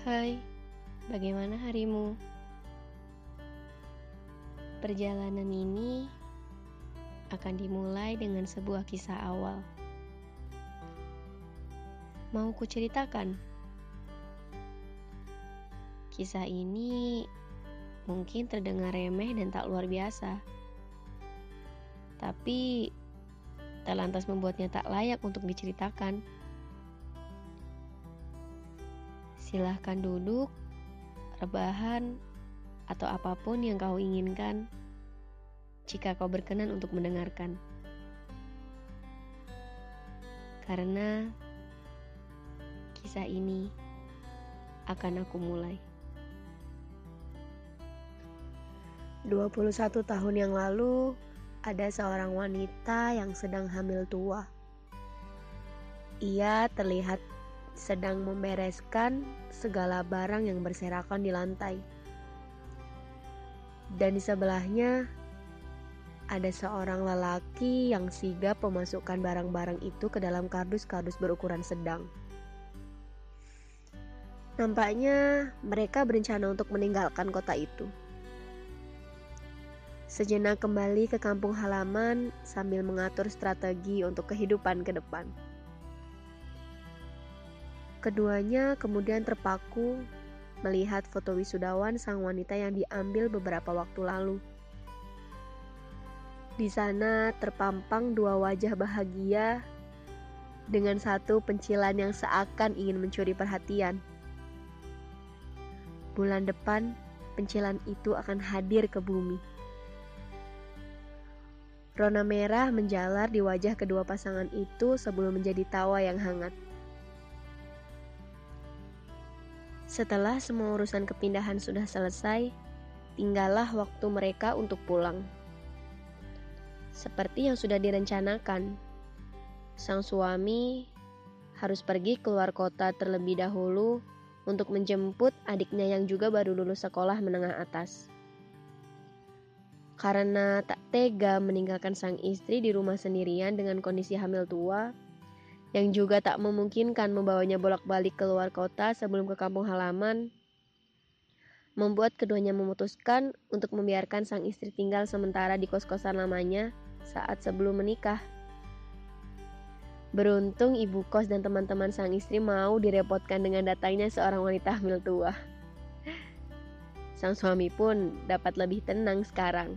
Hai, bagaimana harimu? Perjalanan ini akan dimulai dengan sebuah kisah awal. Mau kuceritakan? Kisah ini mungkin terdengar remeh dan tak luar biasa, tapi tak lantas membuatnya tak layak untuk diceritakan. Silahkan duduk, rebahan, atau apapun yang kau inginkan jika kau berkenan untuk mendengarkan. Karena kisah ini akan aku mulai. 21 tahun yang lalu, ada seorang wanita yang sedang hamil tua. Ia terlihat sedang membereskan segala barang yang berserakan di lantai. Dan di sebelahnya ada seorang lelaki yang sigap memasukkan barang-barang itu ke dalam kardus-kardus berukuran sedang. Nampaknya mereka berencana untuk meninggalkan kota itu. Sejenak kembali ke kampung halaman sambil mengatur strategi untuk kehidupan ke depan. Keduanya kemudian terpaku melihat foto wisudawan sang wanita yang diambil beberapa waktu lalu. Di sana terpampang dua wajah bahagia dengan satu pencilan yang seakan ingin mencuri perhatian. Bulan depan, pencilan itu akan hadir ke bumi. Rona merah menjalar di wajah kedua pasangan itu sebelum menjadi tawa yang hangat. Setelah semua urusan kepindahan sudah selesai, tinggallah waktu mereka untuk pulang. Seperti yang sudah direncanakan, sang suami harus pergi keluar kota terlebih dahulu untuk menjemput adiknya yang juga baru lulus sekolah menengah atas. Karena tak tega meninggalkan sang istri di rumah sendirian dengan kondisi hamil tua, yang juga tak memungkinkan membawanya bolak-balik keluar kota sebelum ke kampung halaman, membuat keduanya memutuskan untuk membiarkan sang istri tinggal sementara di kos-kosan lamanya saat sebelum menikah. Beruntung ibu kos dan teman-teman sang istri mau direpotkan dengan datangnya seorang wanita hamil tua. Sang suami pun dapat lebih tenang sekarang.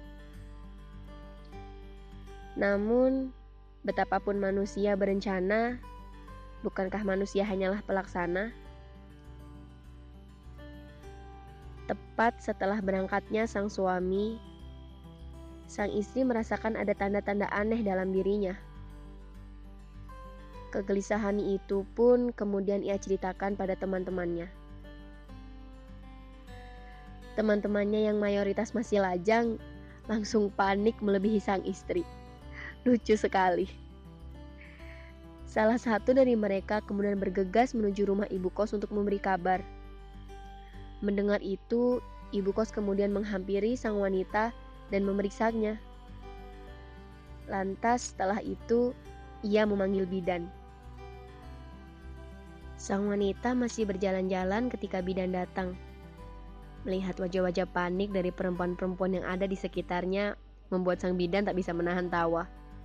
Namun, betapapun manusia berencana, bukankah manusia hanyalah pelaksana? Tepat setelah berangkatnya sang suami, sang istri merasakan ada tanda-tanda aneh dalam dirinya. Kegelisahan itu pun kemudian ia ceritakan pada teman-temannya. Teman-temannya yang mayoritas masih lajang langsung panik melebihi sang istri. Lucu sekali. Salah satu dari mereka kemudian bergegas menuju rumah ibu kos untuk memberi kabar. Mendengar itu, ibu kos kemudian menghampiri sang wanita dan memeriksanya. Lantas setelah itu, ia memanggil bidan. Sang wanita masih berjalan-jalan ketika bidan datang. Melihat wajah-wajah panik dari perempuan-perempuan yang ada di sekitarnya, membuat sang bidan tak bisa menahan tawa.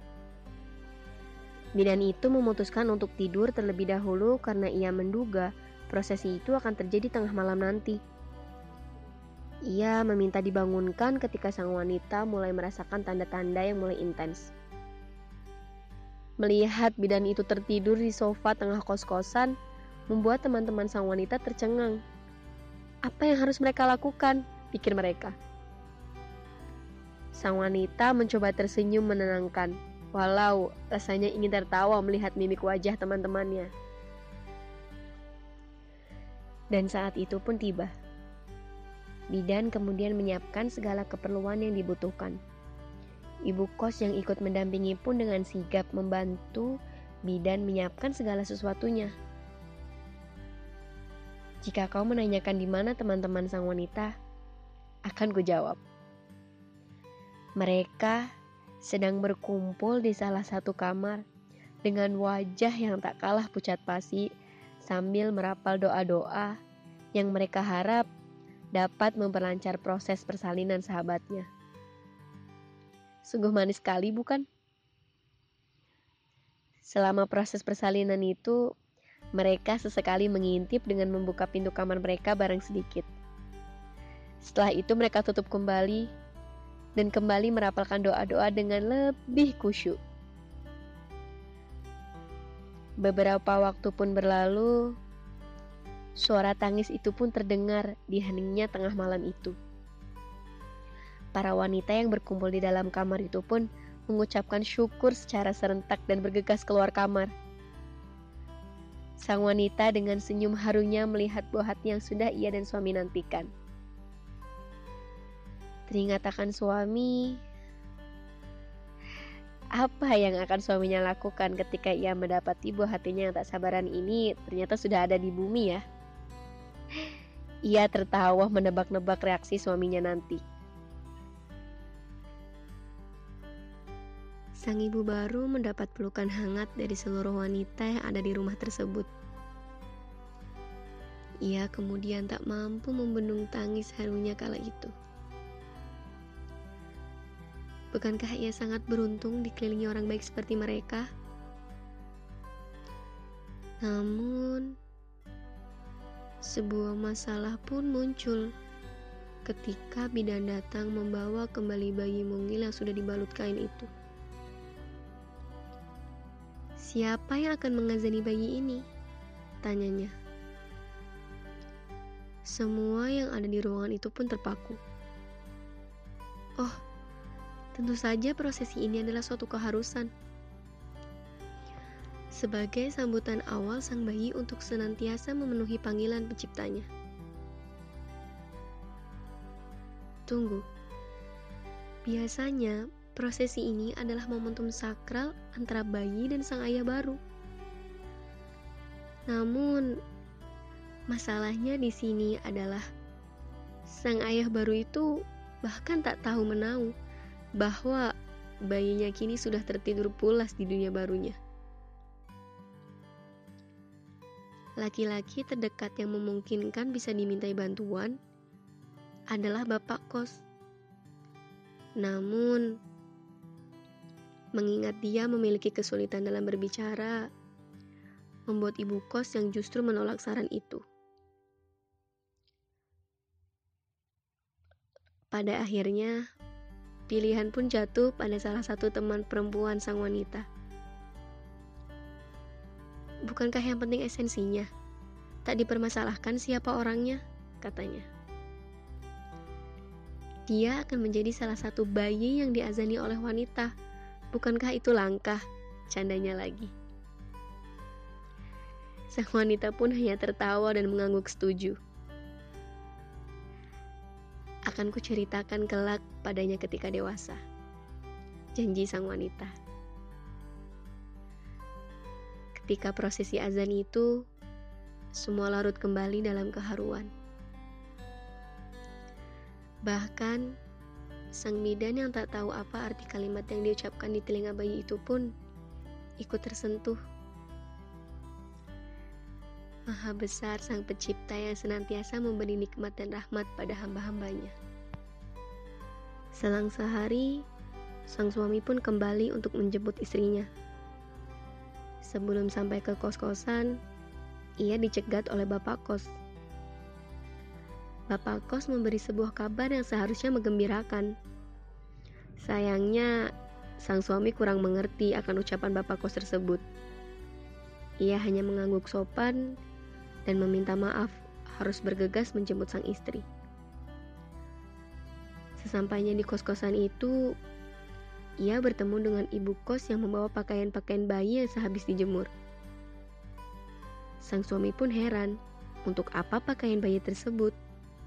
Bidan itu memutuskan untuk tidur terlebih dahulu karena ia menduga prosesi itu akan terjadi tengah malam nanti. Ia meminta dibangunkan ketika sang wanita mulai merasakan tanda-tanda yang mulai intens. Melihat bidan itu tertidur di sofa tengah kos-kosan, membuat teman-teman sang wanita tercengang. Apa yang harus mereka lakukan? Pikir mereka. Sang wanita mencoba tersenyum menenangkan, walau rasanya ingin tertawa melihat mimik wajah teman-temannya. Dan saat itu pun tiba. Bidan kemudian menyiapkan segala keperluan yang dibutuhkan. Ibu kos yang ikut mendampingi pun dengan sigap membantu bidan menyiapkan segala sesuatunya. Jika kau menanyakan di mana teman-teman sang wanita, akan kujawab. Mereka sedang berkumpul di salah satu kamar dengan wajah yang tak kalah pucat pasi sambil merapal doa-doa yang mereka harap dapat memperlancar proses persalinan sahabatnya. Sungguh manis sekali, bukan? Selama proses persalinan itu, mereka sesekali mengintip dengan membuka pintu kamar mereka bareng sedikit. Setelah itu mereka tutup kembali dan kembali merapalkan doa-doa dengan lebih khusyuk. Beberapa waktu pun berlalu, suara tangis itu pun terdengar di heningnya tengah malam itu. Para wanita yang berkumpul di dalam kamar itu pun mengucapkan syukur secara serentak dan bergegas keluar kamar. Sang wanita dengan senyum harunya melihat buah hati yang sudah ia dan suami nantikan. Teringat akan suami, apa yang akan suaminya lakukan ketika ia mendapati buah hatinya yang tak sabaran ini ternyata sudah ada di bumi ya? Ia tertawa menebak-nebak reaksi suaminya nanti. Sang ibu baru mendapat pelukan hangat dari seluruh wanita yang ada di rumah tersebut. Ia kemudian tak mampu membendung tangis harunya kala itu. Bukankah ia sangat beruntung dikelilingi orang baik seperti mereka? Namun, sebuah masalah pun muncul ketika bidan datang membawa kembali bayi mungil yang sudah dibalut kain itu. Siapa yang akan mengazani bayi ini? Tanyanya. Semua yang ada di ruangan itu pun terpaku. Oh, tentu saja prosesi ini adalah suatu keharusan. Sebagai sambutan awal sang bayi untuk senantiasa memenuhi panggilan penciptanya. Tunggu. Biasanya, prosesi ini adalah momentum sakral antara bayi dan sang ayah baru. Namun, masalahnya di sini adalah sang ayah baru itu bahkan tak tahu menahu bahwa bayinya kini sudah tertidur pulas di dunia barunya. Laki-laki terdekat yang memungkinkan bisa dimintai bantuan adalah bapak kos. Namun, mengingat dia memiliki kesulitan dalam berbicara, membuat ibu kos yang justru menolak saran itu. Pada akhirnya, pilihan pun jatuh pada salah satu teman perempuan sang wanita. Bukankah yang penting esensinya? Tak dipermasalahkan siapa orangnya, katanya. Dia akan menjadi salah satu bayi yang diazani oleh wanita. Bukankah itu langkah? Candanya lagi. Sang wanita pun hanya tertawa dan mengangguk setuju. Akan kuceritakan kelak padanya ketika dewasa. Janji sang wanita. Ketika prosesi azan itu, semua larut kembali dalam keharuan. Bahkan, sang bidan yang tak tahu apa arti kalimat yang diucapkan di telinga bayi itu pun ikut tersentuh. Maha besar sang pencipta yang senantiasa memberi nikmat dan rahmat pada hamba-hambanya. Selang sehari, sang suami pun kembali untuk menjemput istrinya. Sebelum sampai ke kos-kosan, ia dicegat oleh bapak kos. Bapak kos memberi sebuah kabar yang seharusnya menggembirakan. Sayangnya, sang suami kurang mengerti akan ucapan bapak kos tersebut. Ia hanya mengangguk sopan dan meminta maaf harus bergegas menjemput sang istri. Sesampainya di kos-kosan itu, ia bertemu dengan ibu kos yang membawa pakaian-pakaian bayi yang sehabis dijemur. Sang suami pun heran, untuk apa pakaian bayi tersebut?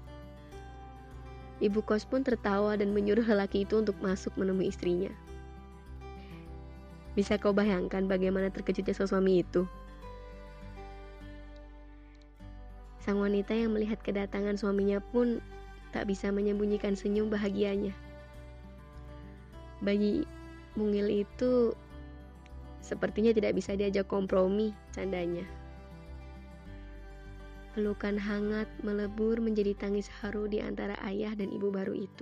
Ibu kos pun tertawa dan menyuruh lelaki itu untuk masuk menemui istrinya. Bisa kau bayangkan bagaimana terkejutnya sang suami itu? Sang wanita yang melihat kedatangan suaminya pun tak bisa menyembunyikan senyum bahagianya. Bayi mungil itu sepertinya tidak bisa diajak kompromi, candanya. Pelukan hangat melebur menjadi tangis haru di antara ayah dan ibu baru itu.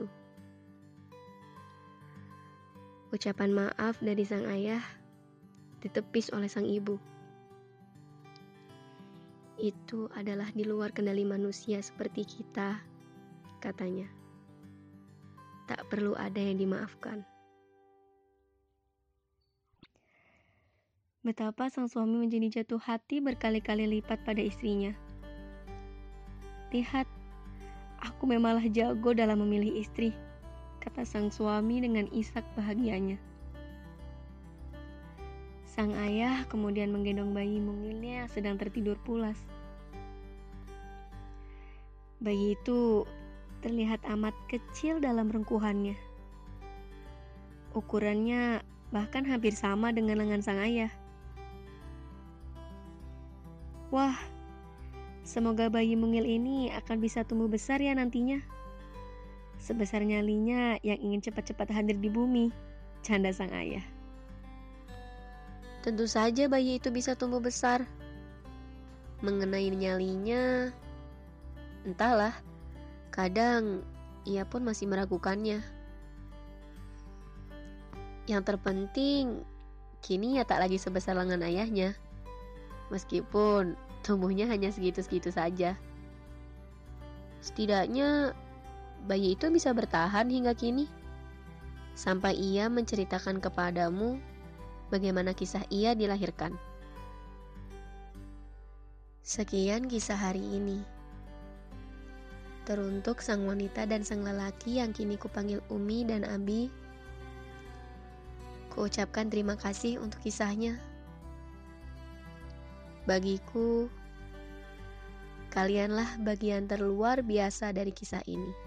Ucapan maaf dari sang ayah ditepis oleh sang ibu. Itu adalah di luar kendali manusia seperti kita, katanya. Tak perlu ada yang dimaafkan. Betapa sang suami menjadi jatuh hati berkali-kali lipat pada istrinya. Lihat, aku memanglah jago dalam memilih istri, kata sang suami dengan isak bahagianya. Sang ayah kemudian menggendong bayi mungilnya yang sedang tertidur pulas. Bayi itu terlihat amat kecil dalam rengkuhannya. Ukurannya bahkan hampir sama dengan lengan sang ayah. Wah, semoga bayi mungil ini akan bisa tumbuh besar ya nantinya. Sebesar nyalinya yang ingin cepat-cepat hadir di bumi, canda sang ayah. Tentu saja bayi itu bisa tumbuh besar. Mengenai nyalinya, entahlah, kadang ia pun masih meragukannya. Yang terpenting, kini ia tak lagi sebesar lengan ayahnya. Meskipun tumbuhnya hanya segitu-segitu saja. Setidaknya, bayi itu bisa bertahan hingga kini. Sampai ia menceritakan kepadamu bagaimana kisah ia dilahirkan. Sekian kisah hari ini. Teruntuk sang wanita dan sang lelaki yang kini kupanggil Umi dan Abi, kuucapkan terima kasih untuk kisahnya. Bagiku, kalianlah bagian terluar biasa dari kisah ini.